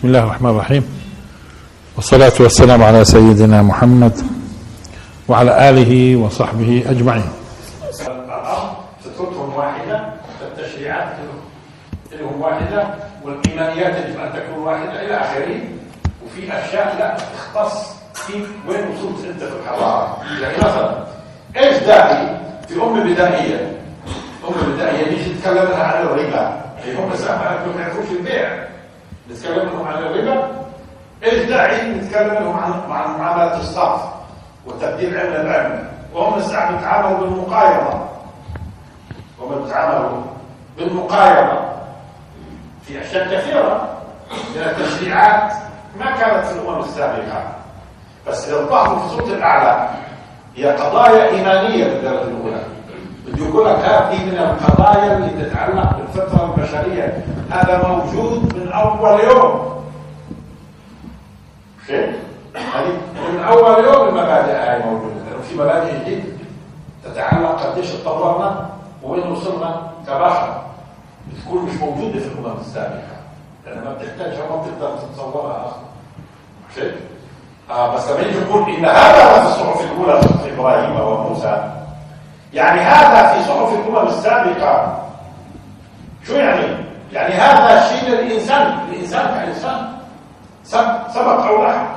بسم الله الرحمن الرحيم، والصلاة والسلام على سيدنا محمد وعلى آله وصحبه أجمعين. الأرض فطرتهم واحدة، التشريعات لهم واحدة، والإيمانيات يجب أن تكون واحدة إلى آخره. وفي أشياء لا تختص فيك وين وصلت أنت في الحضارة. يعني مثلا إيش داعي في بدائية نيجي نتكلم لها عن الربا؟ هم سامع ما يعرفوش البيع، نتكلم لهم عن الربا. ايش داعي نتكلم لهم عن معاملة الصرف وتبديل عملة بعملة؟ وهم ساعة بيتعاملوا بالمقايضة في أشياء كثيرة من التشريعات ما كانت في الأمم السابقة، بس إذا طلعوا في الصوت الأعلى هي قضايا إيمانية بالدرجة الأولى. بدي يقول لك هذه من القضايا اللي تتعلق بالفطرة البشرية، هذا موجود من أول يوم. شيء يعني من أول يوم المبادئ هاي موجودة، لأنه في مبادئ جديدة تتعلق قديش تطورنا وين وصلنا كبشر، بتكون مش موجودة في الأمم السابقة لأنها ما بتحتاجها وما بتقدر تتصورها أصلا. شيء بس لما يجي يقول إن هذا في الصحف الأولى صحف إبراهيم وموسى، يعني هذا في صحف الأمم السابقة. شو يعني؟ يعني هذا شيء للإنسان كإنسان سبق أو لاحق.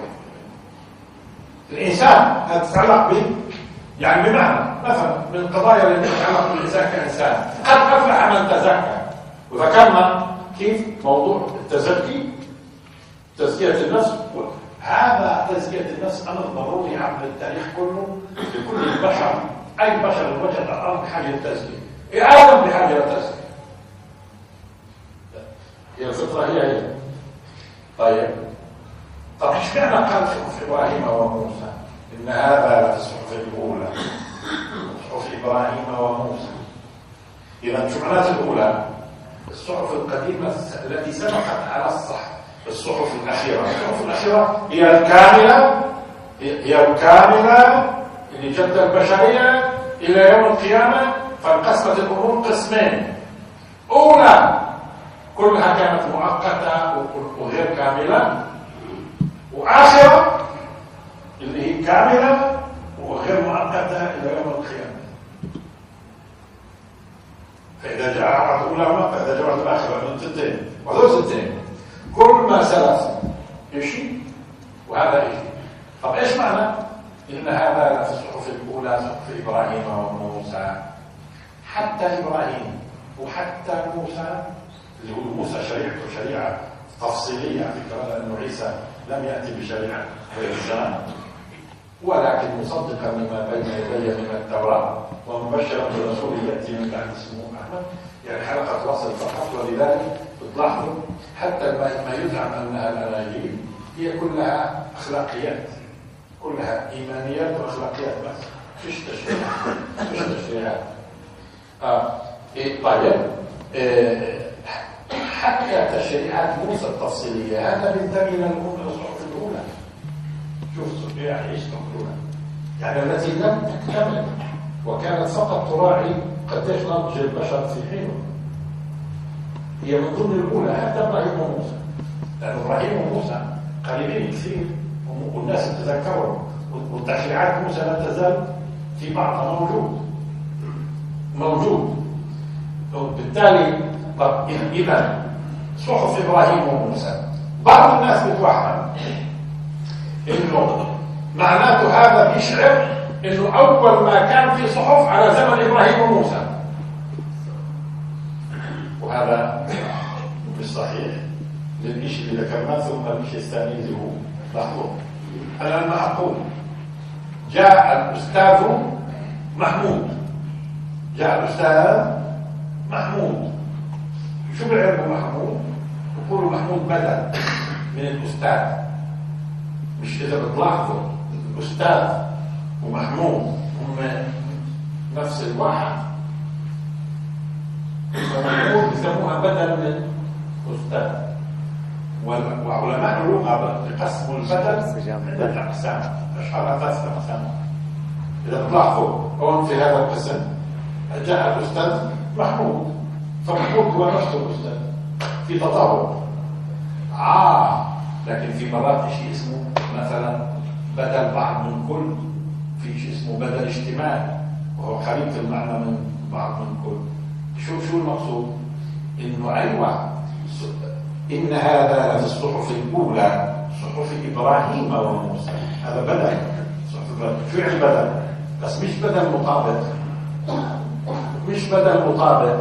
الإنسان هذا تتعلق به، يعني بمعنى مثلا من القضايا اللي تتعلق بالإنسان كإنسان، قد أفلح من تزكى. وذكرنا كيف موضوع التزكي، تزكية النفس. هذا تزكية النفس أمر ضروري عبر التاريخ كله لكل البشر. أي بشر وجد الأرض بحاجة للتزكية، آدم بحاجة للتزكية. هي الفطرة هي. طيب ايش معنى قال صحف إبراهيم وموسى؟ إن هذا في الصحف الأولى صحف إبراهيم وموسى. إذا شو معنات الأولى؟ الصحف القديمة التي سبقت على الصحف الأخيرة. الصحف الأخيرة هي الكاملة اللي جد البشرية إلى يوم القيامة. فانقسمت الأمور قسمين: أولى كلها كانت مؤقتة وغير كاملة، وآخرة اللي هي كاملة وغير مؤقتة إلى يوم القيامة. فإذا جاء وعد الأولى فإذا جاء وعد الآخرة من ستين، وهذول ستين كل ما سلف شيء وهذا شيء. طب إيش معنى إن هذا في الصحف الأولى صحف إبراهيم وموسى؟ حتى إبراهيم وحتى موسى، اللي هو موسى شريعة تفصيلية في كلام، لأنه عيسى لم يأتي بشريعة الإسلام، ولكن مصدقا لما بين يديه من التوراة ومبشرا برسول يأتي من بعد اسمه أحمد. يعني حلقة وصل فقط. ولذلك تلاحظوا حتى ما يزعم أنها الأناجيل هي كلها أخلاقيات، كلها إيمانيات وأخلاقيات بس، فيش تشريعات. طيب حتى تشريعات موسى التفصيلية هذا بينتمي للصحف الأولى. شوف يعني ايش تقولون، يعني التي لم تكتمل وكانت فقط تراعي قديش نضج البشر في حينه. هي من ضمن الأولى حتى إبراهيم وموسى، لأن إبراهيم وموسى قريبين كثير والناس تتذكرهم، والتشريعات موسى لا تزال في بعضها موجود. بالتالي طب إذا صحف إبراهيم وموسى بعض الناس بتوهم إنه معناته هذا بيشعر إنه أول ما كان في صحف على زمن إبراهيم وموسى، وهذا مش صحيح. للشيء اللي ذكرناه ثم الشيء الثاني اللي هو لاحظوا. أنا لما أقول جاء الأستاذ محمود، شو بيعرفوا محمود؟ يقولوا محمود بدل من الأستاذ. مش إذا بتلاحظوا الأستاذ ومحمود هم نفس الواحد، فمحمود بيسموها بدل من الأستاذ. وعلماء اللغة يقسموا البدل عدة أقسام، أشهرها 3 أقسام. إذا بتلاحظوا هون في هذا القسم جاء الأستاذ محمود، فمحمود هو نفسه الأستاذ في تطور. لكن في مرات شيء اسمه مثلا بدل بعض من كل، في شيء اسمه بدل اجتماعي وهو قريب المعنى من بعض من كل. شو المقصود؟ انه ايوه ان هذا في الصحف الاولى صحف ابراهيم وموسى، هذا بدل صحف إبراهيم. شو يعني بدل؟ بس مش بدل مطابق، مش بدل مطابق،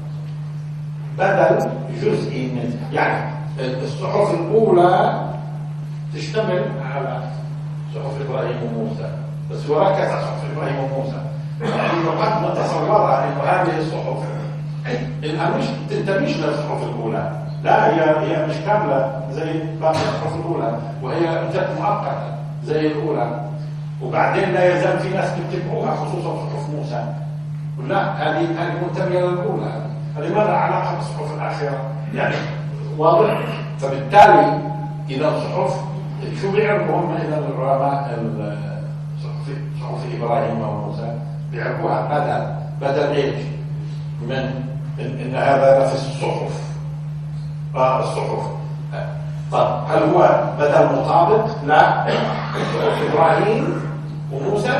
بدل جزئي من، يعني الصحف الاولى تشتمل على صحف ابراهيم وموسى، بس هو ركز على صحف ابراهيم وموسى، يعني قد نتصورها انه هذه الصحف انها مش تنتميش للصحف الاولى، لا هي مش كامله زي باقي الصحف الاولى، وهي جت مؤقته زي الاولى، وبعدين لا يزال في ناس بيتبعوها خصوصا صحف موسى، لا هذه منتميه للاولى، هذه ما لها علاقه بالصحف الاخره، يعني واضح. فبالتالي اذا الصحف شو بيعرفوا هم اذا العلماء صحف ابراهيم وموسى بيعرفوها بدل ايش؟ من ان هذا في الصحف الصحف. طيب هل هو بدل مطابق؟ لا، ابراهيم وموسى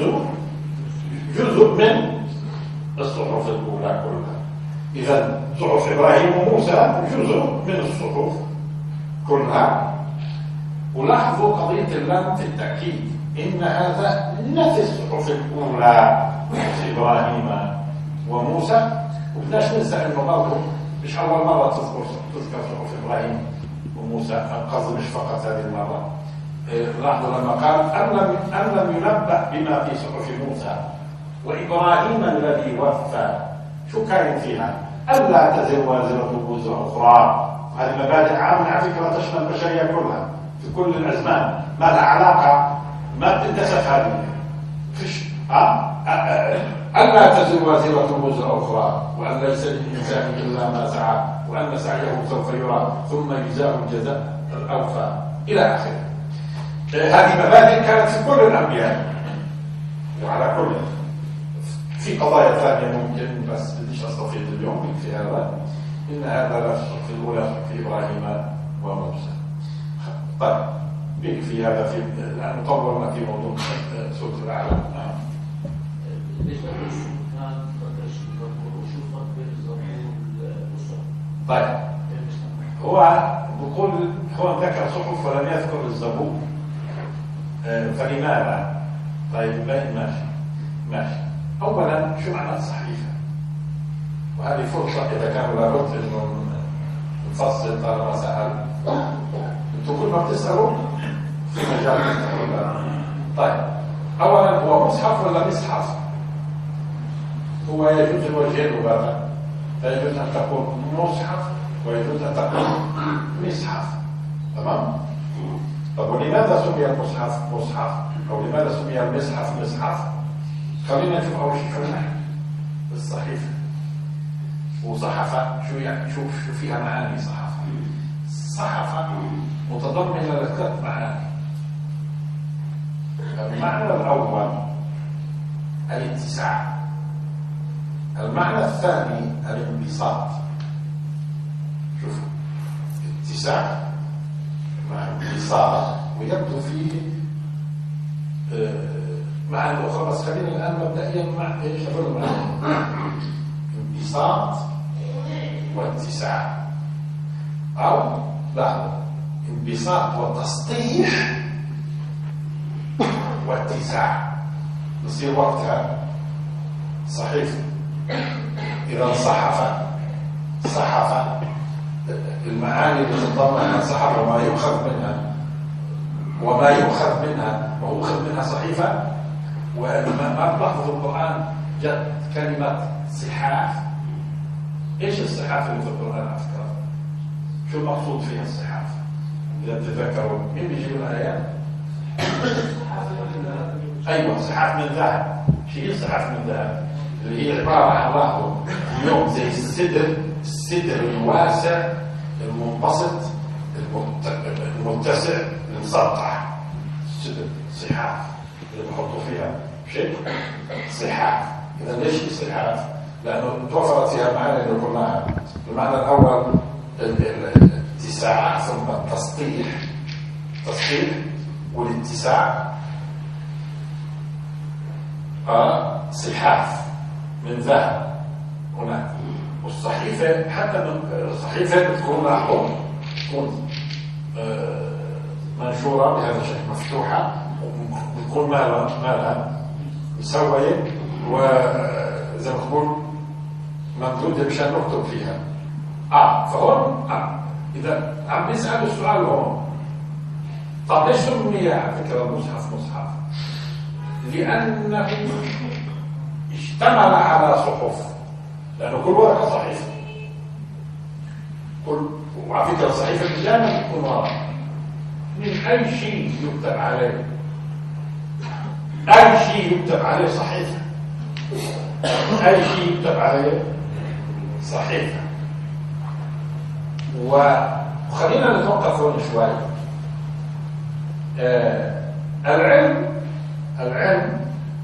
جزء من الصحف الاولى كلها. اذا صحف ابراهيم وموسى جزء من الصحف كلها. ولاحظوا قضيه اللام في التاكيد، ان هذا نفس الصحف الاولى في ابراهيم وموسى. وبدناش ننسى انه برضه مش اول مره تذكر صحف ابراهيم وموسى، قصدي مش فقط هذه المره. لاحظوا لما قال ان لم ينبأ بما في صحف موسى وابراهيم الذي وفى، شو كان فيها؟ الا تزر وازره وزر اخرى. هذه مبادئ عامه على فكره تشمل البشريه كلها في كل الازمان، ما لها علاقه، ما بتنتسخ هذه فيش ألا تزر وازرة وزر أخرى، وأن ليس للإنسان إلا ما سعى، وأن سعيه سوف يرى ثم يجزاه الجزاء الأوفى إلى آخره. هذه مبادئ كانت في كل الأنبياء وعلى كل. في قضايا ثانية ممكن بس بديش أستفيد اليوم في هذا. إن هذا لا في الأولى في إبراهيم وموسى. طيب في هذا في الآن طورنا في موضوع سورة الأعلى. طيب هو بقول هو ذكر صحف ولم يذكر الزبور، فلماذا؟ طيب ماشي. اولا شو معنى الصحيفه؟ وهذه فرصه اذا كان لابد انه نفصل طالما سال. انتم كل ما بتسالوا في مجال تسالوا. طيب اولا هو مصحف ولا مصحف؟ هو يجوز الوجهين مباشرة، فيجوز أن تكون مصحف ويجوز أن تكون مصحف. تمام؟ طب ولماذا سمي المصحف مصحف؟ أو لماذا سمي المصحف مصحف؟ خلينا نشوف أول شيء في الصحيفة. وصحفة شو يعني؟ شو فيها معاني صحفة؟ صحفة متضمنة لثلاث معاني. المعنى الأول الاتساع، المعنى الثاني الانبساط. شوفوا اتساع مع انبساط، ويبدو فيه معاني اخرى، بس خلينا الان مبدئيا مع ايش هذول المعاني؟ انبساط واتساع، او لاحظوا انبساط وتسطيح واتساع، يصير وقتها صحيفة. إذا صحف المعاني اللي تتضمنها صحف وما يؤخذ منها ويؤخذ منها صحيفة. وما تلاحظوا في القرآن جت كلمة صحاف. إيش الصحاف اللي في القرآن على فكرة؟ شو المقصود فيها الصحاف؟ إذا تذكروا مين بيجيب الآيات؟ أيوة صحاف من ذهب. شيء صحاف من ذهب اللي هي عبارة عن لاحظوا اليوم زي السدر الواسع المنبسط المتسع المسطح، السدر صحاف اللي بحطوا فيها شيء صحاف. إذا ليش صحاف؟ لأنه توفرت فيها المعاني اللي قلناها. المعنى الأول الاتساع ثم التسطيح، والاتساع سلحاف من ذهب هناك. والصحيفة حتى الصحيفة بتكون لاحظوا تكون منشورة بهذا الشكل مفتوحة، وبتكون مالها مسوية وزي ما تقول ممدودة مشان نكتب فيها. فهون إذا عم نسأل السؤال هون، طب ليش سمي على فكرة المصحف مصحف؟ لأنه اشتمل على صحف، لأنه كل ورقة صحيفة، وعلى فكرة الصحيفة بالجامعة تكون ورقة من أي شيء يكتب عليه، أي شيء يكتب عليه صحيفة، أي شيء يكتب عليه صحيفة. وخلينا نتوقف هون شوي. العلم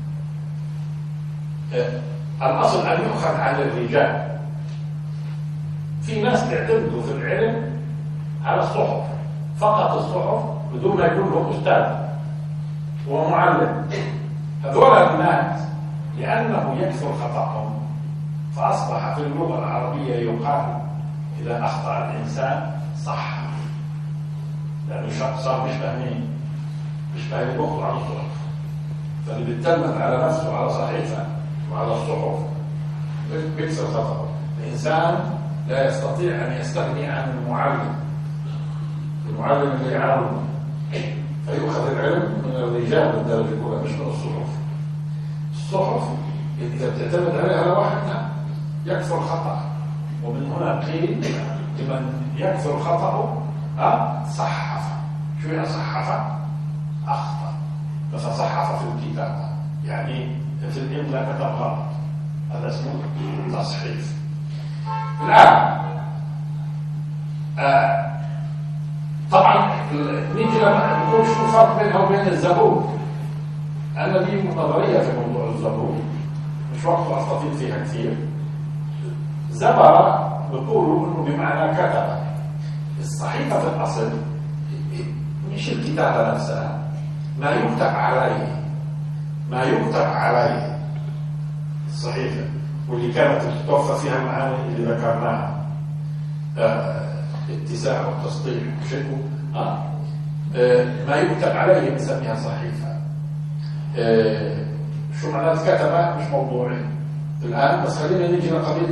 الأصل أن يؤخذ عن الرجال. في ناس تعتمدوا في العلم على الصحف فقط، الصحف بدون ما يكون له أستاذ ومعلم. هذول الناس لأنه يكثر خطأهم فأصبح في اللغة العربية يقال إذا أخطأ الإنسان صح، لأنه صار مش فاهمين بيخطئ على الصحف، فاللي بيتلمذ على نفسه على صحيفة وعلى الصحف بيكسر خطأه. الإنسان لا يستطيع أن يستغني عن المعلم اللي يعلمه، فيؤخذ العلم من الرجال بالدرجة الأولى مش من الصحف. الصحف إذا بتعتمد عليها لوحدها يكثر خطأ، ومن هنا قيل لمن يكثر خطأه صحف. شو يعني صحف؟ أخطأ. بس صحف في الكتابة يعني في الإملاء كتب غلط، هذا اسمه تصحيف. الآن طبعا نيجي لما نقول شو الفرق بينها وبين الزبور. أنا لي نظرية في موضوع الزبور مش وقت أستفيد فيها كثير. زبر بيقولوا إنه بمعنى كتب. الصحيفة في الأصل مش الكتابة نفسها، ما يكتب عليه الصحيفة، واللي كانت تتوفى فيها المعاني اللي ذكرناها، اتساع والتسطيح وشكو ما يكتب عليه بنسميها صحيفة. شو معنى كتبة مش موضوعي الآن، بس خلينا نيجي لقضية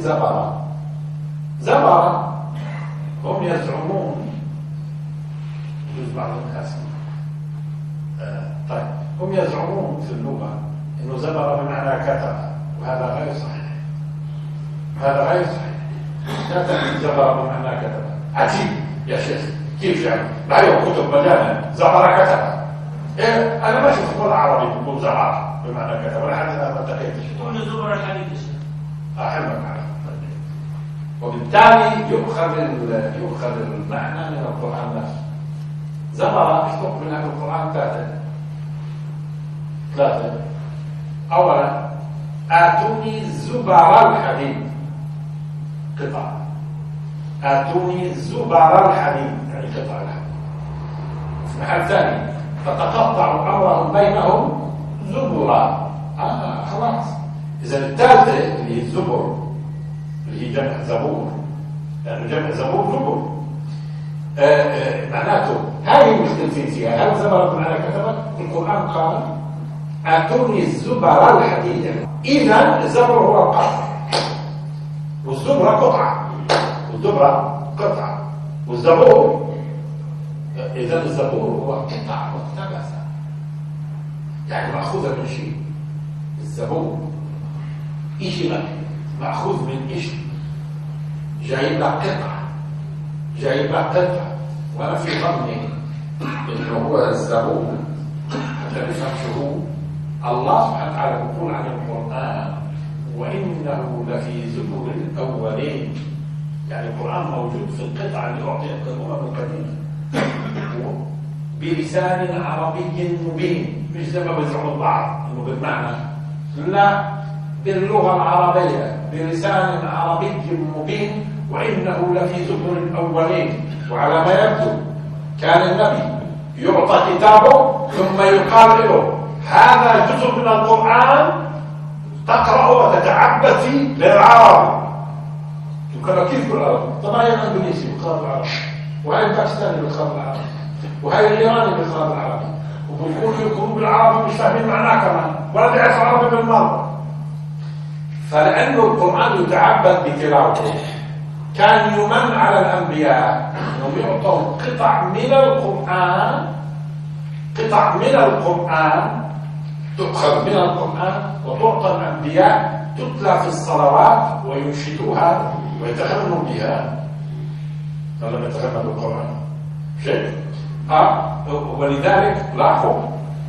زبرة هم يزعمون بعض الناس طيب هم يزعمون في اللغة إنه زبر بمعنى كتب، وهذا غير صحيح. لا تأتي زبر بمعنى كتب. عجيب يا شيخ، كيف يعني؟ بعيهم كتب مجانا زبر كتب. أنا ما شفت ولا عربي يقول زبر بمعنى كتب، ولا حتى ما التقيتش. تقول زبر الحديث. أحبك على. وبالتالي يؤخذ المعنى من القرآن نفسه. زبر اشتق منها في القرآن ثلاثة. أولا آتوني زبر الحديد، قطع. آتوني زبر الحديد يعني قطع الحديد. في محل ثاني فتقطعوا أمرهم بينهم زبرا. خلاص. إذا الثالثة اللي هي الزبر اللي هي جمع زبور، لأنه جمع زبور معناته هذه مختلفين فيها. هل زبر بمعنى كتبت؟ القرآن قال آتوني الزبر الحديد. إذا الزبر هو القطع، والزبرة قطعة، والزبور إذا الزبور هو قطع مقتبسة يعني مأخوذة من شيء. الزبور شيء مأخوذ من شيء، جايب لك قطعة، وأنا في ظني إنه هو الزبور. حتى نفهم شو هو. الله سبحانه وتعالى يقول عن القرآن وإنه لفي زبر الأولين، يعني القرآن موجود في القطع اللي أعطيت الأمم القديمة بلسان عربي مبين، مش زي ما بيزعموا البعض إنه بالمعنى، لا، باللغة العربية بلسان عربي مبين، وإنه لفي زبر الأولين. وعلى ما يبدو كان النبي يعطى كتابه ثم يقال له هذا جزء من القرآن تقرأ وتتعبد فيه للعرب. يقول كيف بالعربي؟ طبعا هي الاندونيسي بالخط العربي، وهي الباكستاني بالخط العربي، وهي الايراني بالخط العربي، وبيقولوا بالعربي مش فاهمين معناه كمان ولا بيعرف العربي بالمره. فلانه القرآن يتعبد بتلاوته كان يمن على الانبياء انهم يعطوا قطع من القرآن تؤخذ من القرآن وتعطى الأنبياء تتلى في الصلوات وينشدوها ويتغنوا بها. فلم يتغنى بالقرآن شيء. ولذلك لاحظوا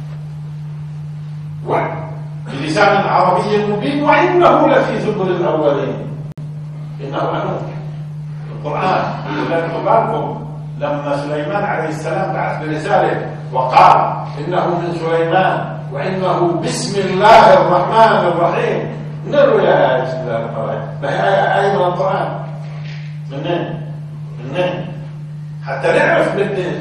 بلسان عربي مبين وإنه لفي زبر الأولين. إنه أنوح القرآن. ولذلك بالكم لما سليمان عليه السلام بعث برسالة وقال إنه من سليمان وإنه بسم الله الرحمن الرحيم، نقول يا بسم الله الرحمن الرحيم، ما هي آية من القرآن؟ منين؟ حتى نعرف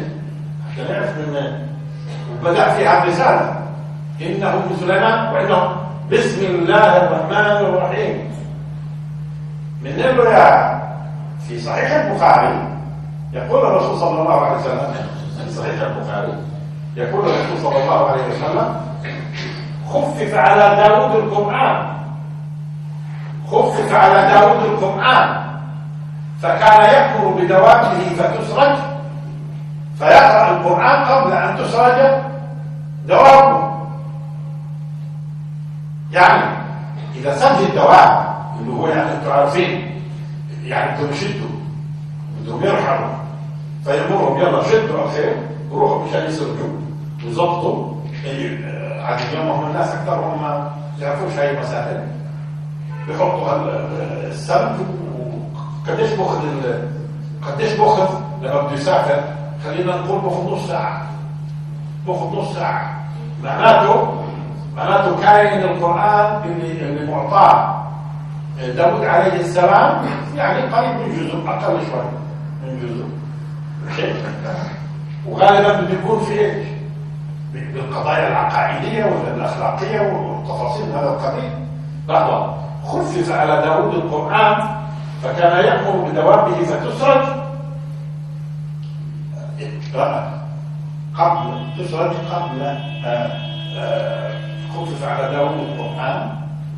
منين وبدأ فيها الرسالة إنه من سليمان وإنه بسم الله الرحمن الرحيم. من يا في صحيح البخاري يقول الرسول صلى الله عليه وسلم في صحيح البخاري يقول الرسول صلى الله عليه وسلم خفف على داود القرآن فكان يأمر بدوابه فتسرج فيقرأ القرآن قبل أن تسرج دوابه. يعني إذا سرج الدواب اللي هو يعني أنتم عارفين يعني بدهم يشدوا بدهم يرحلوا فيأمرهم يلا شدوا الخير روحوا مشان يسرجوا ويظبطوا. عاد اليوم هم الناس أكثرهم ما يعرفوش هاي المسائل. بيحطوا السرج وقديش بأخذ لما بده يسافر خلينا نقول بأخذ نص ساعة. معناته كاين القرآن اللي معطاه داود عليه السلام يعني قريب من جزء أقل شوي من جزء. وغالبا بده يكون في ايش؟ بالقضايا العقائدية والأخلاقية والتفاصيل من هذا القبيل. لحظة خفف على داود القرآن فكان يأمر بدوابه فتسرج قبل خفف على داود القرآن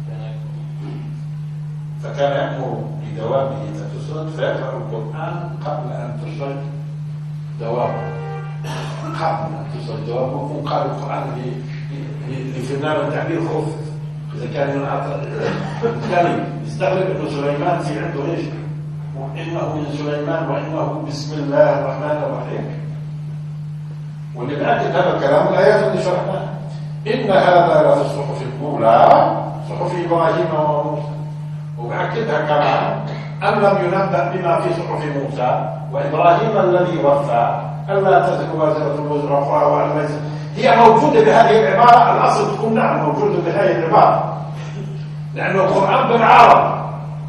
فكان يأمر بدوابه فتسرج فيقرأ القرآن قبل أن تسرج دوابه. قبل أن تسرج دوابه يكون قال القرآن لفنان التعبير خفف. إذا كان من كان يستغرب أنه سليمان في عنده إيش؟ وإنه من سليمان وإنه بسم الله الرحمن الرحيم. واللي بأكد هذا الكلام الآيات اللي شرحناها إن هذا لفي الصحف الأولى صحف إبراهيم وموسى. وبأكدها كمان أن لم ينبأ بما في صحف موسى وإبراهيم الذي وفى ألا تزر وازرة وزر أخرى وأن ليس. هي موجودة بهذه العبارة. الأصل تكون نعم موجودة بهذه العبارة لأن القرآن بالعربي.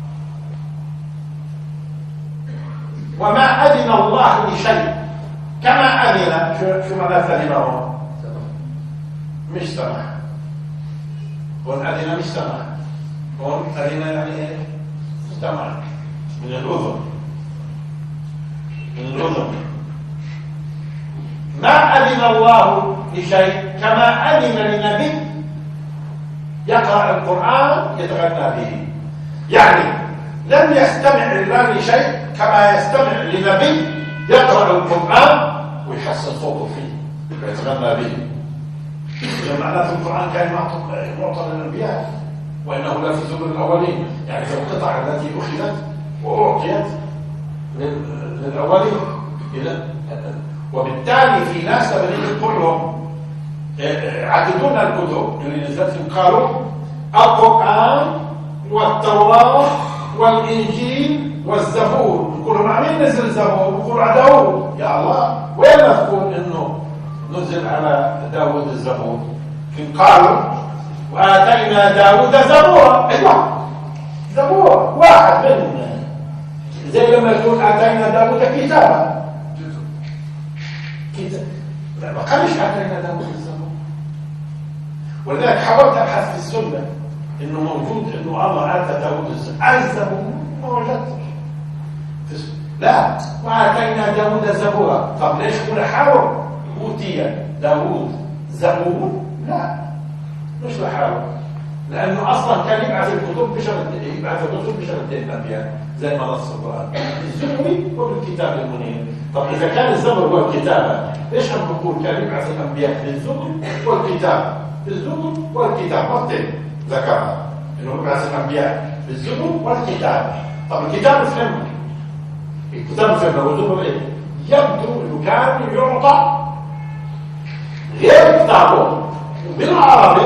وما أذن الله لشيء كما أذن شو معنى فهمه؟ مش سمح. هون أذن مش سمح. هون أذن يعني إيه؟ استمع من الأذن. ما أذن الله لشيء كما أذن لنبي يقرأ القرآن يتغنى به. يعني لم يستمع الله لشيء كما يستمع لنبي يقرأ القرآن ويحسن صوته فيه ويتغنى به. إذا معناته القرآن كان معطى للأنبياء وإنه لا في زبر الأولين. يعني في القطع التي أخذت وأعطيت للأولين. وبالتالي في ناس لما نيجي تقول لهم عددونا الكتب اللي نزلت قالوا القرآن والتوراة والإنجيل والزبور. نقول لهم مين نزل الزبور؟ نقول على داود. يا الله وين نقول إنه نزل على داود الزبور؟ قالوا وآتينا داود زبورا. أيوة زبور واحد منهم. زي لما يقول آتينا داود كتابا كتاب ما قالش اتينا داوود الزبور. ولذلك حاولت ابحث في السنه انه موجود انه الله اتى داوود الزبور، ما وجدتش. لا، واتينا داوود زبورا. طب ليش كل حاول اوتي داوود زبور؟ لا، مش بحاول، لانه اصلا كان يبعث الكتب بشرطين الانبياء زي ما نص القران، الزبور وبالكتاب المنير. طب اذا كان الزبور هو الكتابه، ليش هم بنقول كان يبعث الانبياء بالزبور والكتاب؟ بالزبور والكتاب مرتين ذكرها انه يبعث الانبياء بالزبور والكتاب. طب الكتاب فهمنا، الكتاب فهمنا، والزبور ايه؟ يبدو انه كان يعطى غير كتابه بالعربي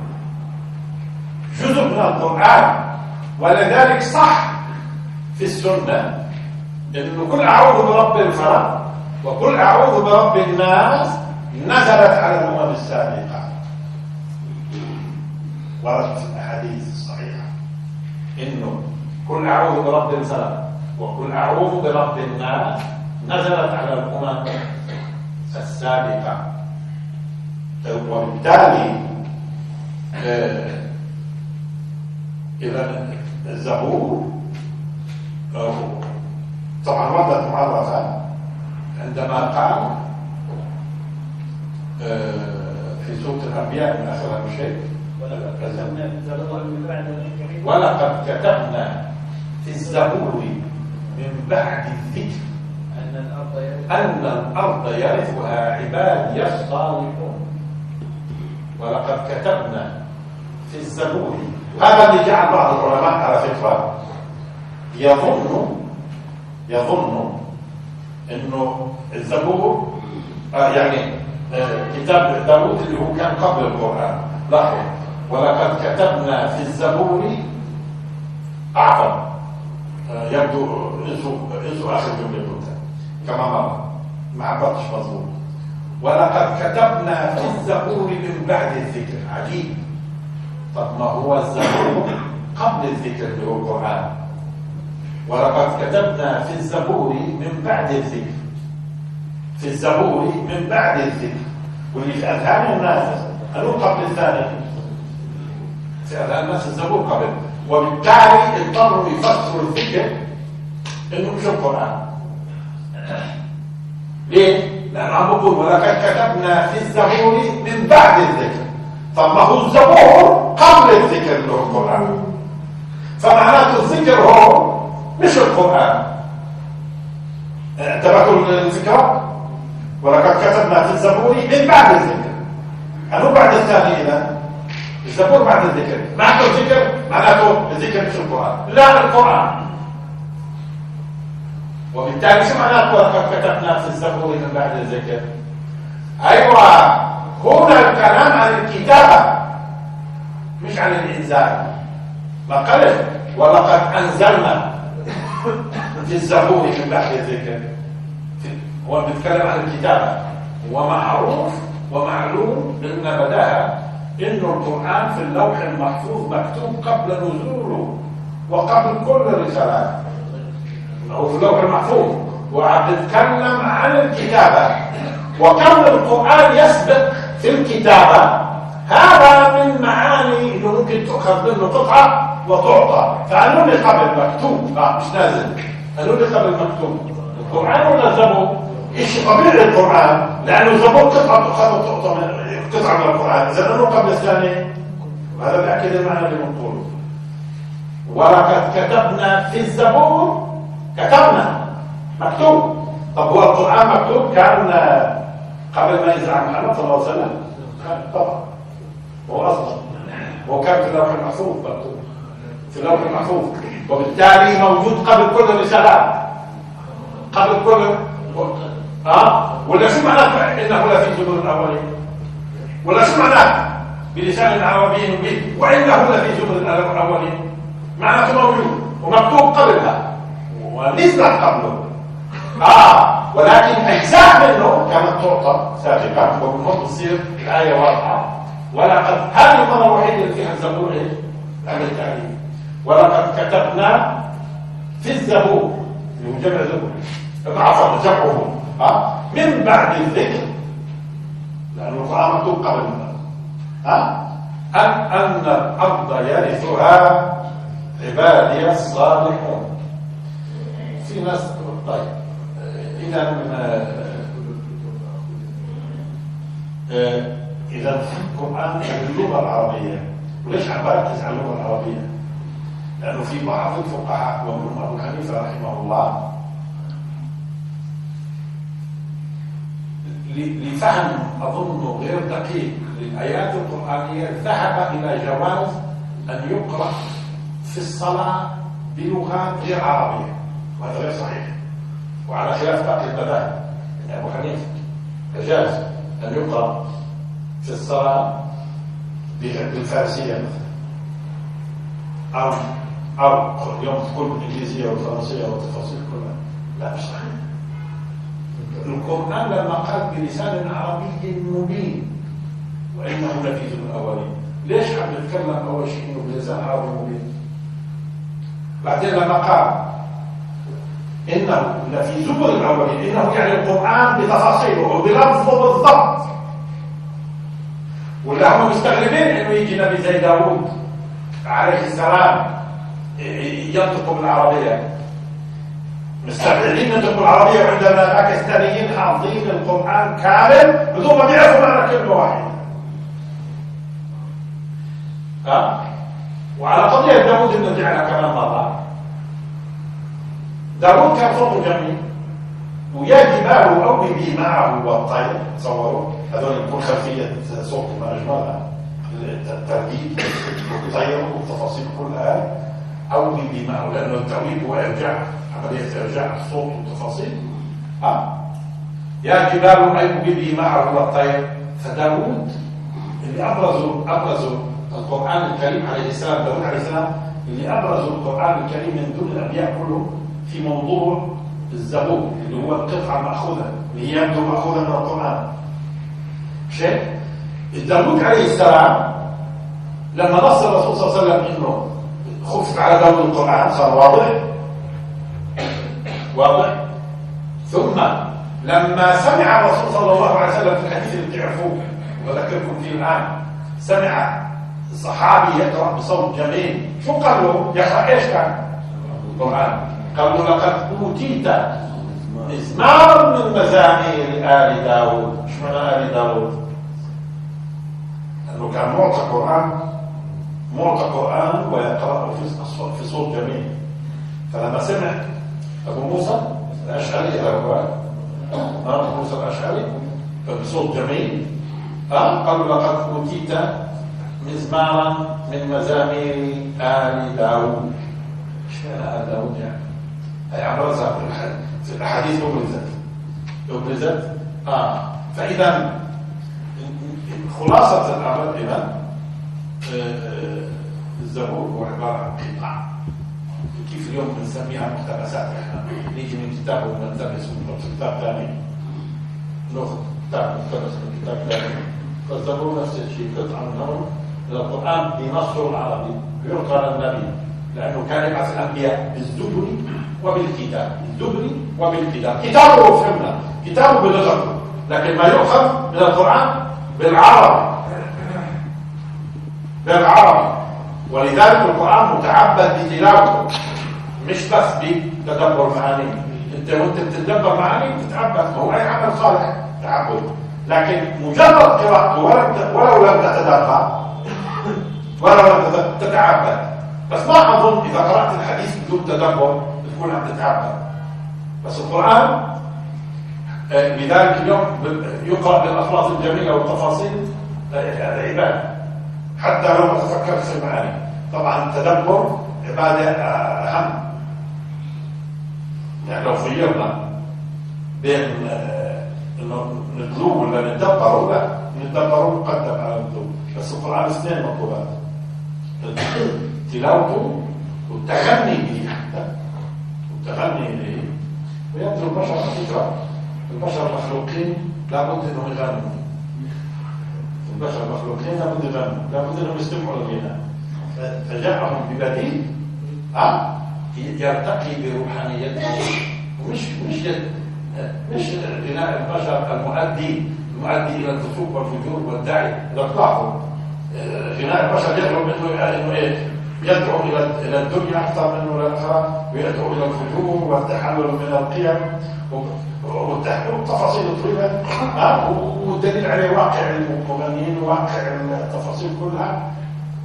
جزء من القرآن. ولذلك صح في السنة انه كل اعوذ برب الفلق وكل اعوذ برب الناس نزلت على الامم السابقة. ورد في الاحاديث الصحيحة انه كل اعوذ برب الفلق وكل اعوذ برب الناس نزلت على الامم السابقة. وبالتالي إذا الزبور طبعا وردت معرفة عندما قال في سورة الأنبياء من آخر شيء ولقد كتبنا في الزبور من بعد الذكر أن الأرض يرثها عبادي الصالحون. ولقد كتبنا في الزبور. هذا اللي جعل بعض العلماء على فكرة يظن انه الزبور يعني كتاب داوود اللي هو كان قبل القرآن. لاحظوا، ولقد كتبنا في الزبور اعظم، يبدو انسوا اخر جملة كما مر ما عبرتش مظبوط. ولقد كتبنا في الزبور من بعد الذكر. عجيب. طب ما هو الزبور قبل الذكر اللي هو القرآن. ولقد كتبنا في الزبور من بعد الذكر، في الزبور من بعد الذكر. واللي في أذهان الناس قالوا قبل الثاني، في أذهان الناس الزبور قبل، وبالتالي اضطروا يفسروا الذكر انه مش القرآن. ليه؟ لأنه عم بقول ولقد كتبنا في الزبور من بعد الذكر. طب ما هو الزبور قبل الذكر اللي هو القرآن، فمعناته الذكر هو مش القرآن. انتبهتوا الفكرة؟ ولقد كتبنا في الزبور من بعد الذكر. أنو بعد الثاني إذا؟ الزبور بعد الذكر. معناته الذكر معناته الذكر مش القرآن، لا القرآن. وبالتالي شو معناته ولقد كتبنا في الزبور من بعد الذكر؟ أيوة، هنا الكلام عن الكتابة مش عن الإنزال. ما قالش ولقد أنزلنا في الزبور من بعد الذكر. هو بيتكلم عن الكتابة. ومعروف ومعلوم لأن بداها إنه القرآن في اللوح المحفوظ مكتوب قبل نزوله وقبل كل الرسالات. هو في اللوح المحفوظ وعم بيتكلم عن الكتابة، وكون القرآن يسبق في الكتابة هذا من معاني انه ممكن تؤخذ منه قطعة وتعطى. فقالوا لي قبل مكتوب، مش نازل، قالوا لي قبل مكتوب. القرآن ولا الزبور؟ شيء طبيعي القرآن، لأنه الزبور قطعة تؤخذ وتعطى قطعة من القرآن، إذا أنه قبل الثاني. وهذا بيأكد المعنى اللي بنقوله. ولقد كتبنا في الزبور، كتبنا مكتوب. طب هو القرآن مكتوب كان قبل ما ينزل عن محمد صلى الله عليه وسلم؟ طبعا هو أصلا هو كان في اللوح المحفوظ مكتوب في اللوح المحفوظ، وبالتالي موجود قبل كل الرسالات، قبل كل ولا شو معناه انه لا في زبور الاولين؟ ولا شو معناه بلسان عربي مبين وانه لا في زبور الاولين؟ معناته موجود ومكتوب قبلها ونزل قبله. ولكن اجزاء منه كانت تعطى سابقا، وبالمفروض تصير الايه واضحه. ولقد هذه المره الوحيده اللي فيها الزبور ايه؟ هذا التعليم. ولقد كتبنا في الزبور اللي هو جمع زبور، عفوا جمعه من بعد الذكر، لأن القرآن مكتوب قبل منه، أن الأرض يرثها عبادي الصالحون. في ناس طيب إذا في القرآن باللغة العربية، وليش عم بركز على اللغة العربية؟ لأنه في بعض الفقهاء ومنهم أبو حنيفة رحمه الله لفهم أظن غير دقيق للآيات القرآنية ذهب إلى جواز أن يقرأ في الصلاة بلغات غير عربية، وهذا غير صحيح، وعلى خلاف باقي المذاهب. يعني أبو حنيفة جاز أن يقرأ في الصلاة بالفارسية مثلا، أو اليوم تكون بالإنجليزية والفرنسية والتفاصيل كلها، لا مش صحيح. القرآن لما قال بلسان عربي مبين وإنه لفي ذكر الأولين، ليش عم نتكلم أول شيء إنه بلسان عربي مبين؟ بعدين لما قال إنه لفي ذكر الأولين، إنه يعني القرآن بتفاصيله وبلفظه بالضبط. ولا هم مستغربين إنه يجي نبي زي داوود عليه السلام ينطق بالعربية، مستبعدين ينطق بالعربية، وعندنا باكستانيين حافظين القرآن كامل بدون ما بيعرفوا معنى كلمة واحدة. وعلى قضية داوود نرجع لها كمان مرة. داوود كان صوته جميل، ويا جبال أوبي معه والطير، تصوروا هذول يكون خلفية صوته ما أجملها، الترديد والطير والتفاصيل كلها أوبي معه، لأنه التأويب هو إرجاع، عملية إرجاع الصوت والتفاصيل. يا جبال أوبي معه والطير. فداوود اللي أبرزوا القرآن الكريم عليه السلام، داوود عليه السلام اللي أبرزوا القرآن الكريم من دون الأنبياء كلهم في موضوع الزبور، اللي هو القطعة المأخوذة اللي هي يبدو مأخوذة من القرآن. شيء داوود عليه السلام لما نص الرسول صلى الله عليه وسلم انه خفف على داوود القرآن صار واضح. ثم لما سمع الرسول صلى الله عليه وسلم في الحديث اللي بتعرفوه وذكركم فيه الآن، سمع صحابي يقرأ بصوت جميل، شو قال له؟ يقرأ ايش كان؟ القرآن. قال له لقد أوتيت مزمار من مزامير آل داود. شو معنى آل داود؟ لأنه كان معطى قرآن ويقرأه في صوت جميل. فلما سمع أبو موسى الأشعري أبو موسى الأشعري بصوت جميل قال له لقد أوتيت مزمارا من مزامير آل داود. ايش معنى آل داود يعني؟ هي أبرزها في الأحاديث أبرزت. فإذا خلاصة الأمر إذا الزبور هو عبارة عن قطع، كيف اليوم بنسميها مقتبسات. احنا نيجي من كتاب ونلتبس ونحط كتاب ثاني، ناخذ كتاب مقتبس من كتاب ثاني. فالزبور نفس الشيء، قطعة من القرآن بنصه العربي يعطى للنبي، لأنه كان يبعث الأنبياء بالزبر وبالكتاب، بالزبر وبالكتاب. كتابه فهمنا، كتابه بلغته، لكن ما يؤخذ من القرآن بالعربي. ولذلك القرآن متعبد بتلاوته، مش بس بتدبر معانيه. انت وانت بتتدبر معانيه تتعبد، ما هو اي عمل صالح تعبد، لكن مجرد قراءته ولو لم تتدبر ولو لم تتعبد. بس ما اظن اذا قرأت الحديث بدون تدبر تكون عم تتعبد. بس القرآن لذلك اليوم يقرأ بالألفاظ الجميلة والتفاصيل عبادة، حتى لو ما تفكرت في المعاني. طبعا التدبر عبادة أهم. يعني لو خيرنا بين انه نتلوه ولا نتدبره، لا نتدبره مقدم على النتلوه. بس القرآن اثنين مطلوبات، تلاوته والتغني به، حتى والتغني به. ويبدو البشر على فكرة، البشر مخلوقين لابد انهم يغنوا. البشر مخلوقين لابد يغنوا، لابد انهم يستمعوا للغناء. فجاءهم ببديل يرتقي بروحانيته، ومش مش غناء البشر المؤدي إلى الفسوق والفجور والداعي. إذا تلاحظوا غناء البشر يدعو إنه إيه؟ يدعو إلى الدنيا أكثر منه إلى الآخرة، ويدعو إلى الفجور والتحلل من القيم والتفاصيل الطويلة. والدليل عليه واقع المغنيين وواقع التفاصيل كلها.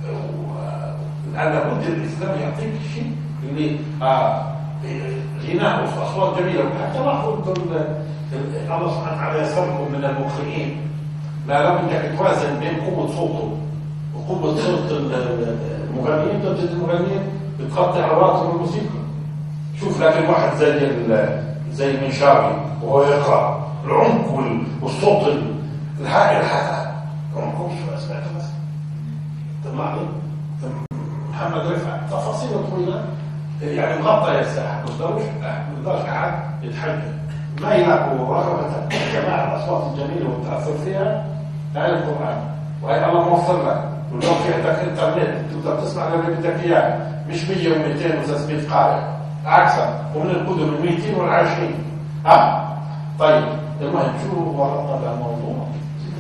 لابد الإسلام يعطيك شيء اللي غناء وأصوات جميلة. وحتى لاحظوا الله سبحانه وتعالى يسركم من المقرئين، لا بدك توازن بين قوة صوته وقوة صوت المغنيين. تجد المغنيين بتغطي عوراتهم الموسيقى. شوف لكن واحد زي المنشاوي وهو يقرأ العمق والصوت الهائل، هذا عمقه شو سمعت بس طلعني محمد رفعت تفاصيل طويلة يعني مغطى الساحة. ما يقدرش أحد يتحكم، ما يلاقوا رغبة جماعة الأصوات الجميلة والتأثر فيها. هاي القرآن وهي الله موفر لك. واليوم في عندك انترنت تقدر تسمع اللي بدك اياه، مش 100 و200 و300 قارئ عكسا، ومن القدم 200 والعشرين. طيب المهم شو ورطنا بهالموضوع؟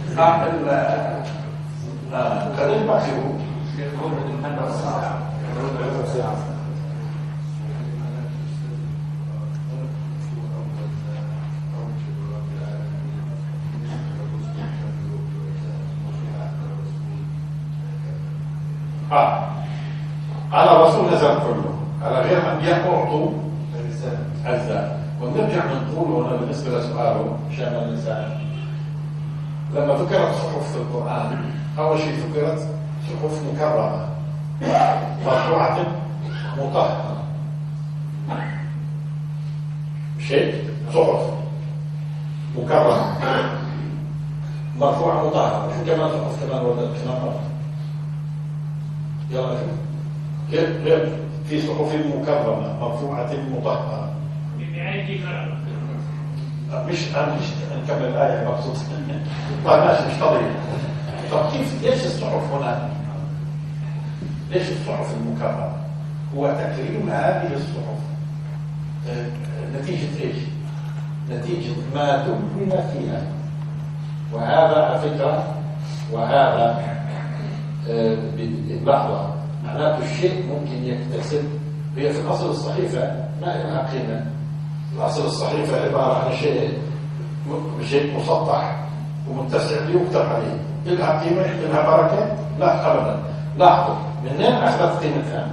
خلينا نحكيه. على الرسول نزل كله، على غير الأنبياء أعطوا أجزاء. ونرجع نقول هنا بالنسبة لسؤاله عشان الإنسان، لما ذكرت صحف في القرآن أول شيء ذكرت صحف مكرمة مرفوعة مطهرة. شيء صحف مكرمة مرفوعة مطهرة. شو كمان صحف كمان وردت كمان؟ يلا شوف كيف في صحف مكرمة مرفوعة مطهرة. مش نكمل الآية مبسوط. طيب ماشي مش قضية. طب كيف ليش الصحف هنا؟ ليش الصحف المكرمة؟ هو تكريم هذه الصحف نتيجة ايش؟ نتيجة ما دون فيها. وهذا على فكرة وهذا بلحظة معناته الشيء ممكن يكتسب. هي في الأصل الصحيفة ما لها قيمة. الأصل الصحيفة عبارة عن شيء مسطح ومتسع يكتب عليه. إلها قيمة؟ إلها بركة؟ لا أبدا. لاحظوا منين أخذت قيمتها؟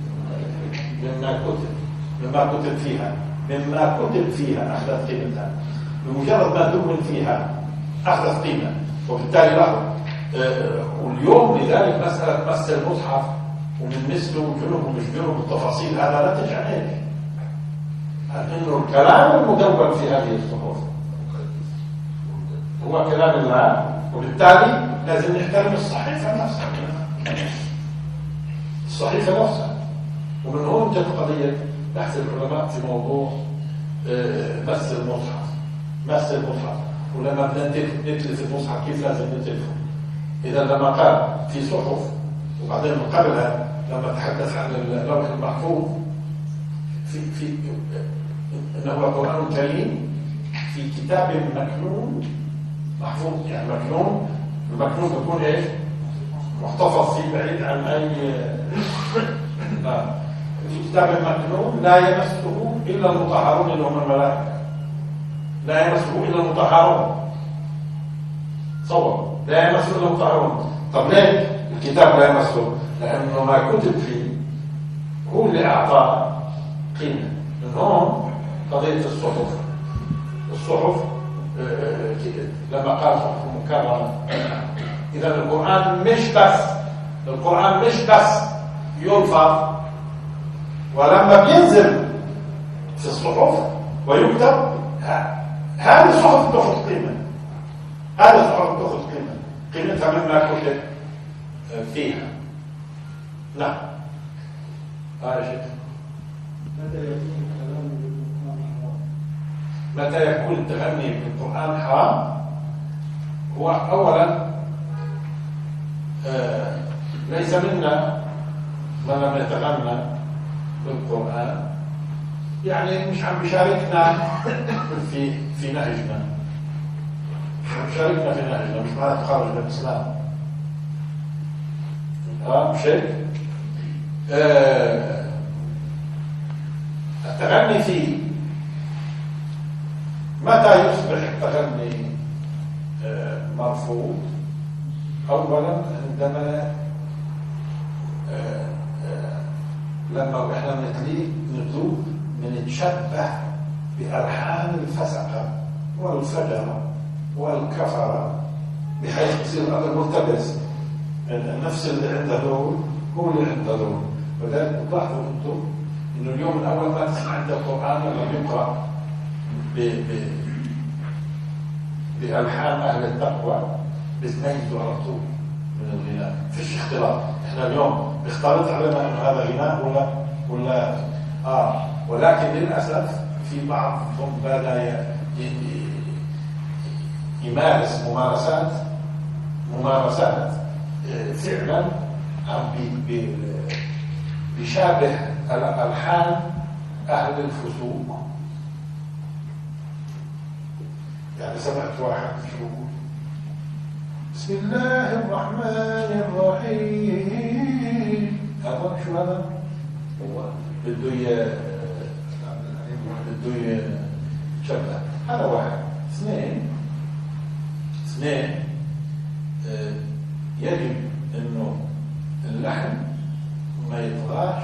مما كتب فيها أخذت قيمتها. بمجرد ما دون فيها أخذت قيمة. وبالتالي لاحظوا واليوم لذلك مسألة مس المصحف ومن مثله وجنوب ومش جنوب التفاصيل هذا نتج عن ايش؟ انه الكلام المدون في هذه الصحف هو كلام الله، وبالتالي لازم نحترم الصحيفة نفسها. الصحيفة نفسها. ومن هون جت قضية بحث العلماء في موضوع مس المصحف. ولما بدنا نتلف المصحف كيف لازم نتلفه؟ إذا لما قال في صحف وبعدين من قبلها لما تحدث عن اللوح المحفوظ في إنه القرآن الكريم في كتاب مكنون محفوظ. يعني المكنون بيكون إيش؟ محتفظ فيه بعيد عن أي في كتاب مكنون لا يمسه إلا المطهرون اللي هم الملائكة. لا يمسه إلا المطهرون. صور لا يمسه إلا المطهرون. طب ليه الكتاب لا يمسه؟ لأنه ما كتب فيه هو اللي أعطى قيمة. من هون قضية الصحف لما قال صحف مكرمة. إذا القرآن مش بس يلفظ، ولما بينزل في الصحف ويكتب هذه الصحف تأخذ قيمة. قيمتها مما كتب فيها. نعم. شيء متى يكون التغني بالقرآن حرام؟ هو أولا ليس منا من لم يتغنى بالقرآن يعني مش عم بيشاركنا في نهجنا، مش عم بيشاركنا في نهجنا، مش معنى تخرج من الإسلام. مش هيك؟ التغني فيه متى يصبح التغني مرفوض؟ أولا عندما لما احنا نتوب بنتشبه بألحان الفسقة والفجرة والكفرة، بحيث يصير هذا ملتبس، النفس اللي عند هذول هو اللي عند هذول. فلذلك تلاحظوا انتم انه اليوم الاول ما تسمع عند القرآن لما يقرأ بألحان أهل التقوى بتميزوا على طول من الغناء، فيش اختلاط. احنا اليوم بيختلط علينا انه هذا غناء ولا ولكن للأسف في بعضهم بدأ يمارس ممارسات فعلا بيشابه الألحان أهل الفسوق. يعني سمعت واحد شو بقول بسم الله الرحمن الرحيم، هذا شو هذا؟ بده يشبه. هذا واحد. اثنين يجب انه اللحن ما يطغاش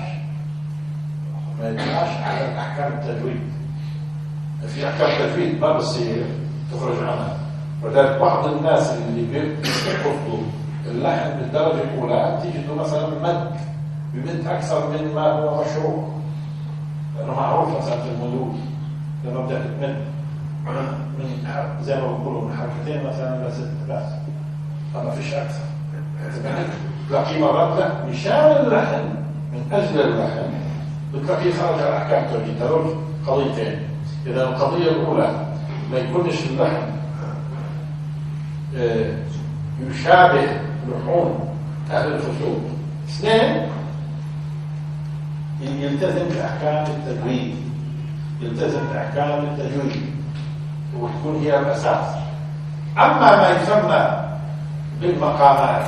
على احكام التجويد. في احكام التجويد ما بصير تخرج عنها، ولذلك بعض الناس اللي بيرفضوا اللحن بالدرجه الاولى تجده مثلا بمد اكثر من ما هو مشروع، لانه معروف مثلا في المدود لما بدك تمد من زي ما بيقولوا من حركتين مثلا ل6 بس، فما فيش اكثر. تلاقيه مرات لا مشان اللحن، من اجل اللحن بتلاقيه خرج على احكام التوحيد. هذول قضيتين. اذا القضيه الاولى ما يكونش اللحن يشابه لحون اهل الفسوق. اثنين يلتزم باحكام التجويد، وتكون هي الاساس. اما ما يسمى بالمقامات،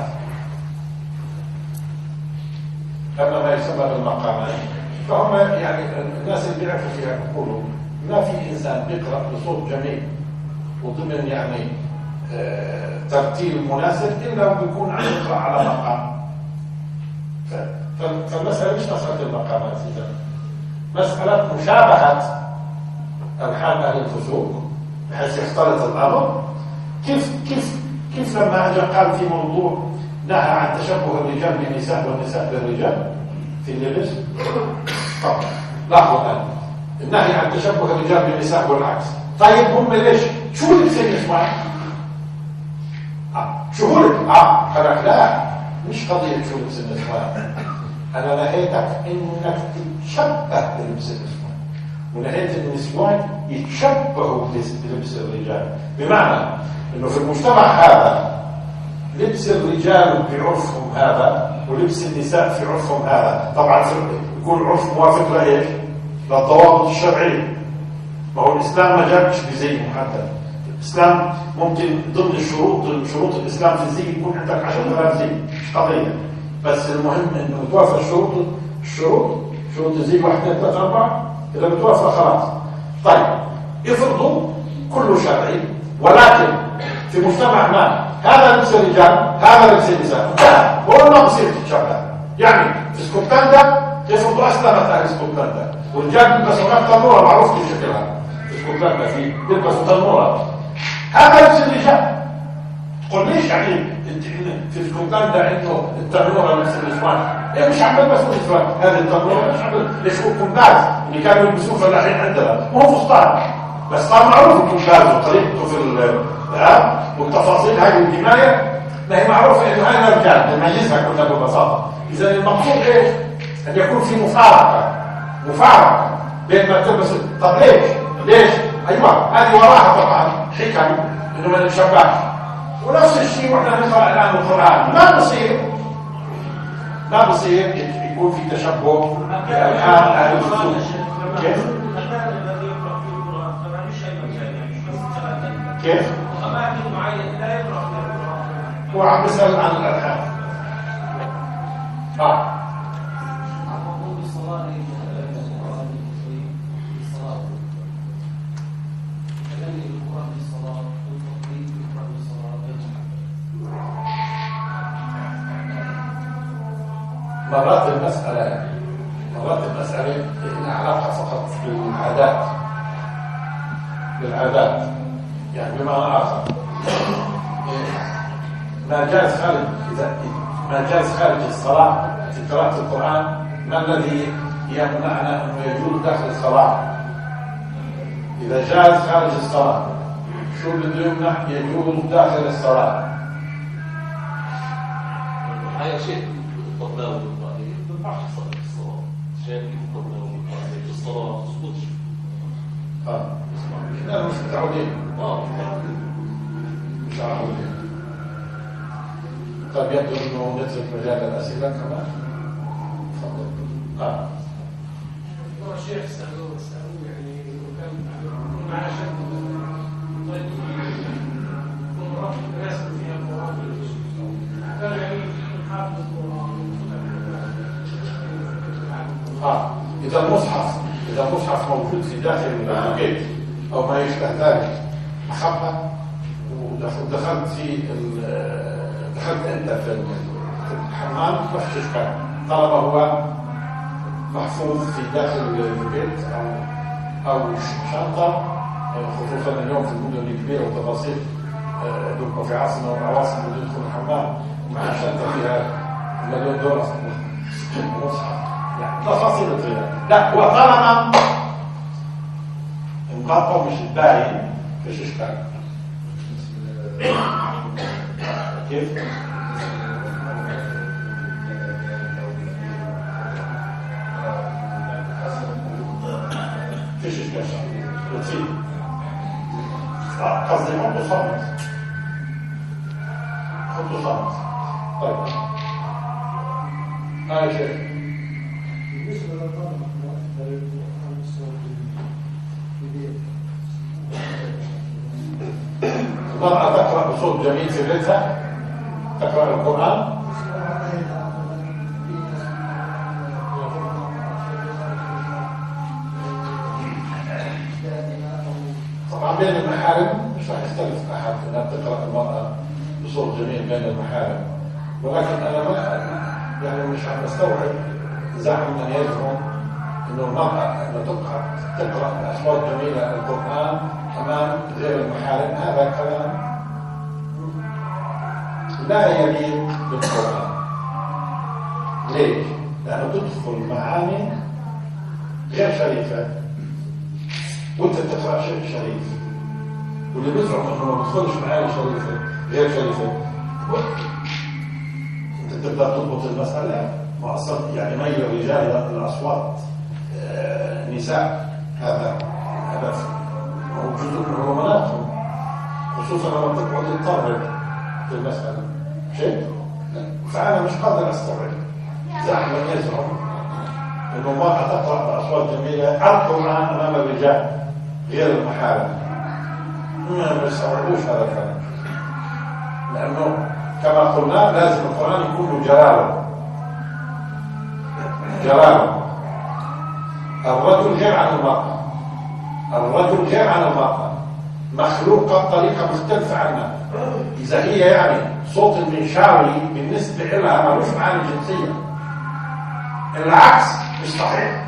فهم يعني الناس اللي بيعرفوا فيها بيقولوا ما في انسان بيقرا بصوت جميل وضمن يعني ترتيب مناسب الا وبيكون عم يقرا على مقام. فالمساله مش مساله المقامات، اذا مساله مشابهه الحان اهل الفسوق بحيث يختلط الامر. كيف لما اجى قال في موضوع نهى عن تشبه الرجال بالنساء والنساء بالرجال في اللبس. طب لاحظوا الان النهي عن تشبه الرجال بالنساء والعكس. طيب هم ليش؟ شو اللي بصير يسمع؟ شو هو قالك لا مش قضيه شو لبس النسوان، انا نهيتك انك تتشبه بلبس النسوان، ونهيت النسوان يتشبهوا بلبس الرجال. بمعنى انه في المجتمع هذا لبس الرجال بعرفهم هذا ولبس النساء في عرفهم هذا. طبعا يكون عرف موافق لايش؟ للضوابط الشرعيه. ما هو الاسلام ما جابش بزي محدد. الاسلام ممكن ضمن شروط الاسلام في الزي يكون عندك 10,000 زي، مش قضيه، بس المهم انه توافق شروط الزي 1 2 3 4. اذا بتوافق خلاص. طيب افرضوا كله شرعي، ولكن في مجتمع ما هذا لبس الرجال هذا لبس النساء، هو ما بصير تتشبه. يعني في اسكتلندا افرضوا اسلمت اهل اسكتلندا والرجال بيلبسوا هناك تنوره، معروف كيف شكلها في اسكتلندا، في بيلبسوا تنوره، هذا لبس الرجال. تقول ليش يعني في اسكتلندا انه التنوره لبس النسوان؟ ايه مش عم بيلبسوا النسوان هذه التنوره؟ مش عم ليش هو الكنداز اللي كانوا يلبسوه فلاحين عندنا وهو فستان، بس صار معروف الكنداز وطريقته في والتفاصيل هاي والجمايه ما هي معروفه انه هاي الرجال نميزها كلها ببساطه. اذا المقصود ايش؟ ان يكون في مفارقه بين ما تلبس. طب ليش؟ ايوه هذه وراها طبعا حكم انه ما نتشبهش. ونفس الشيء واحنا نقرا الان القران ما بصير يكون في تشبه بالحال اهل الفسوق. كيف؟ كيف؟ أماكن معينة لا يقرأ فيها القرآن. هو عم بيسأل عن الألحان. مرات المسألة لها علاقة فقط بالعادات يعني بمعنى آخر ما جاز خارج الصلاة في قراءة القرآن ما الذي يمنعنا أنه يجوز داخل الصلاة؟ إذا جاز خارج الصلاة شو اللي يمنع يجوز داخل الصلاة؟ هذا شيء تطبقه بالقرآن بالبعض صلاة الصلاة شيء تطبقه بالقرآن الصلاة ما تسقطش احنا مش متعودين مش عارفين. طيب يبدو انه نترك مجال الاسئله كمان. تفضل. الشيخ سألوه يعني إنه كان معاه شك طيب يكون رفض رسم فيها القرآن كان يعني حافظ القرآن. إذا المصحف موجود في داخل البيت أو ما يشبه ذلك أخذها ودخلت دخلت أنت في الحمام ما فيش إشكال طالما هو محفوظ في داخل البيت أو شنطة، خصوصا اليوم في المدن الكبيرة وتفاصيل يبقى في عاصمة من العواصم اللي يدخل الحمام مع شنطة فيها $1,000,000 مصحف تفاصيل الطيارة. لا هو طالما مغطى مش باين فيش اشكال. كيف؟ فيش اشكال بتصير قصدي حطوا صامت. طيب هاي شيء بالنسبة للطلبة مؤثر القرآن الصوت الكبير. المرأة تقرأ بصوت جميل في بيتها تقرأ القرآن طبعا بين المحارم مش راح يختلف أحد أنها تقرأ المرأة بصوت جميل بين المحارم، ولكن أنا ما يعني مش عم بستوعب زعم من يزعم انه المرأة تقرأ بأصوات جميلة القرآن امام غير المحارم. هذا كلام لا يليق بالقرآن. ليش؟ لأنه تدخل معاني غير شريفة وانت تقرأ شيء شريف، واللي بيزعم انه ما بيدخلش معاني شريفة غير شريفة انت تقدر تضبط المسألة وأصلا يعني ميل الرجال الأصوات النساء هذا موجود من هرموناتهم، خصوصا لما تقعد تضطرب في المسألة شيء. فأنا مش قادر أستوعب زعم من يزعم إنه المرأة تقرأ بأصوات جميلة القرآن أمام الرجال غير المحارم. ما يستوعبوش هذا الكلام، لأنه كما قلنا لازم القرآن يكون له جلاله. الرجل غير عن المرأة مخلوقة بطريقة مختلفة عنها. إذا هي يعني صوت المنشاوي بالنسبة لها ملوش معاني جنسية، العكس مش صحيح.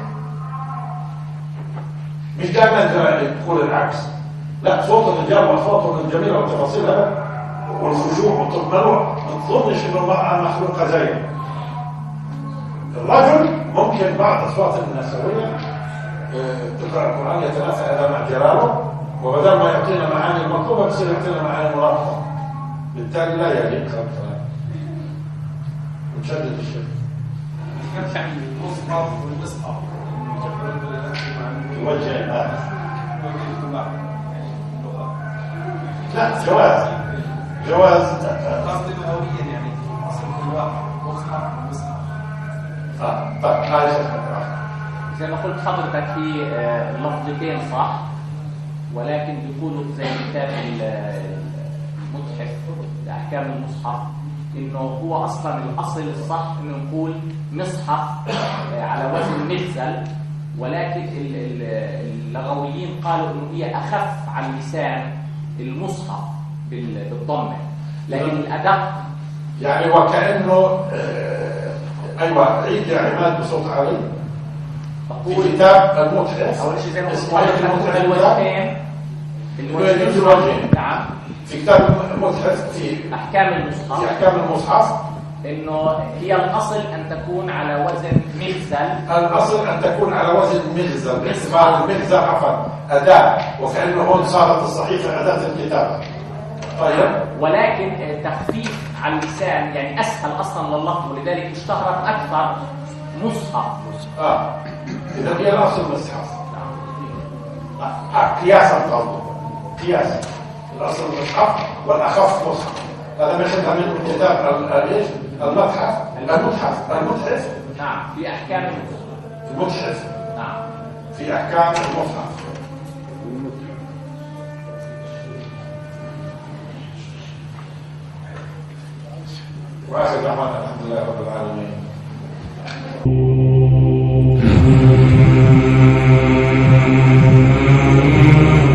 مش دائما تقول العكس، لا صوت الرجال وأصواتهم الجميلة وتفاصيلها والخشوع والطمأنينة ما تظنش إنه المرأة مخلوقة زيه. الرجل ممكن بعض أصوات النسوية تقرأ القرآن يتنافى هذا مع جلاله، وبدل ما يعطينا معاني المطلوبة بصير يعطينا معاني مرافقة، بالتالي لا يليق الكلام. نشدد الشيء. كم يعني المصحف والمصحف توجه لا جواز قصدي لغويا يعني اصل كل واحد مصحف ومصحف. طيب هاي زي ما قلت حضرتك في لفظتين صح؟ ولكن بيقولوا زي كتاب المتحف لأحكام المصحف إنه هو أصلا الأصل الصح إنه نقول مصحف على وزن مغزل، ولكن اللغويين قالوا إنه هي أخف عن لسان المصحف بالضمة، لكن الأدق يعني وكأنه أيوة عيد يا عماد بصوت عالي. في كتاب المتحف أول شيء زي ما اسمه المتحف الوجهين نعم في كتاب المتحف في أحكام المصحف في أحكام المصحف إنه هي الأصل أن تكون على وزن مغزل. الأصل أن تكون على وزن مغزل باعتبار المغزل عفوا أداة، وكأنه هون صارت الصحيفة أداة الكتابة. طيب ولكن تخفيف على اللسان يعني أسهل أصلا لللفظ، ولذلك اشتهرت أكثر مصحف. إذا هي الأصل مصحف. قياسا قصده قياسا الأصل مصحف والأخف مصحف. هذا ماخذها من كتاب المتحف نعم في أحكام المتحف نعم في أحكام المصحف. وآخر دعوانا الحمد لله رب العالمين.